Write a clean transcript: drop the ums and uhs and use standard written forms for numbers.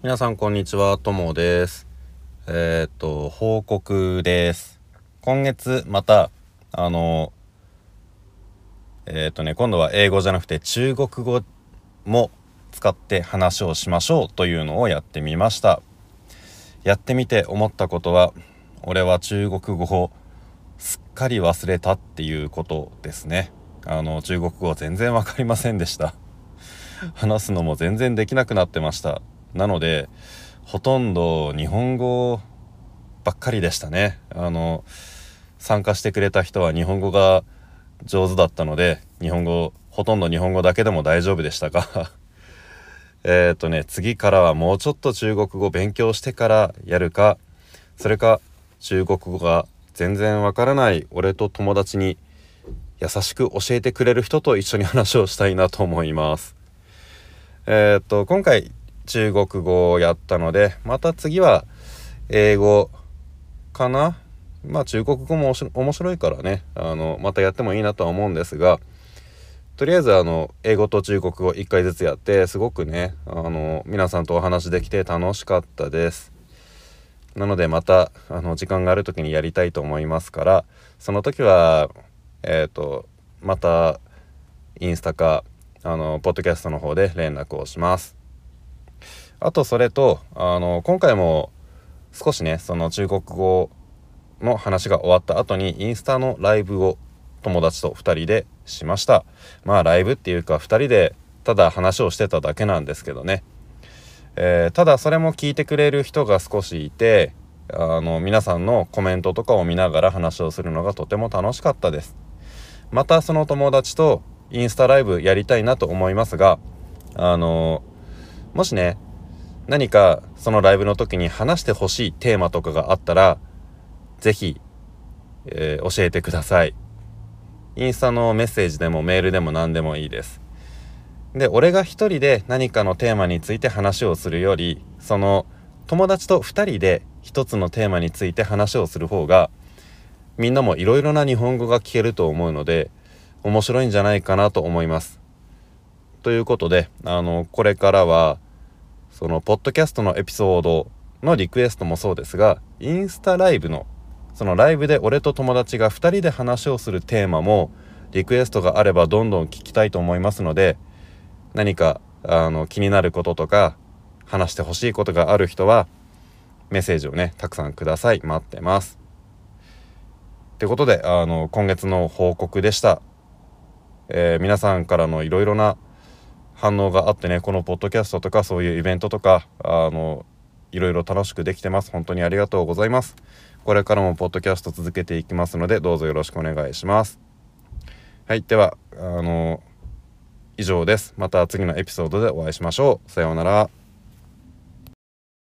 皆さんこんにちは、ともです。報告です。今月また今度は英語じゃなくて中国語も使って話をしましょうというのをやってみました。やってみて思ったことは、俺は中国語をすっかり忘れたっていうことですね。中国語全然わかりませんでした。話すのも全然できなくなってました。なのでほとんど日本語ばっかりでしたね。参加してくれた人は日本語が上手だったので、ほとんど日本語だけでも大丈夫でしたが次からはもうちょっと中国語勉強してからやるか、それか中国語が全然わからない俺と友達に優しく教えてくれる人と一緒に話をしたいなと思います。今回中国語をやったので、また次は英語かな。中国語も面白いからね、またやってもいいなとは思うんですが、とりあえず英語と中国語1回ずつやって、すごくね皆さんとお話できて楽しかったです。なのでまた時間がある時にやりたいと思いますから、その時はまたインスタかポッドキャストの方で連絡をします。あとそれと今回も少しね、その中国語の話が終わった後にインスタのライブを友達と2人でしました。ライブっていうか2人でただ話をしてただけなんですけどね、ただそれも聞いてくれる人が少しいて、皆さんのコメントとかを見ながら話をするのがとても楽しかったです。またその友達とインスタライブやりたいなと思いますが、もしね何かそのライブの時に話してほしいテーマとかがあったらぜひ、教えてください。インスタのメッセージでもメールでも何でもいいです。で、俺が一人で何かのテーマについて話をするより、その友達と二人で一つのテーマについて話をする方が、みんなもいろいろな日本語が聞けると思うので面白いんじゃないかなと思います。ということでこれからはそのポッドキャストのエピソードのリクエストもそうですが、インスタライブのそのライブで俺と友達が2人で話をするテーマもリクエストがあればどんどん聞きたいと思いますので、何か気になることとか話してほしいことがある人はメッセージをねたくさんください。待ってます。ってことで今月の報告でした。皆さんからのいろいろな反応があってね、このポッドキャストとかそういうイベントとかいろいろ楽しくできてます。本当にありがとうございます。これからもポッドキャスト続けていきますので、どうぞよろしくお願いします。はい、では以上です。また次のエピソードでお会いしましょう。さようなら。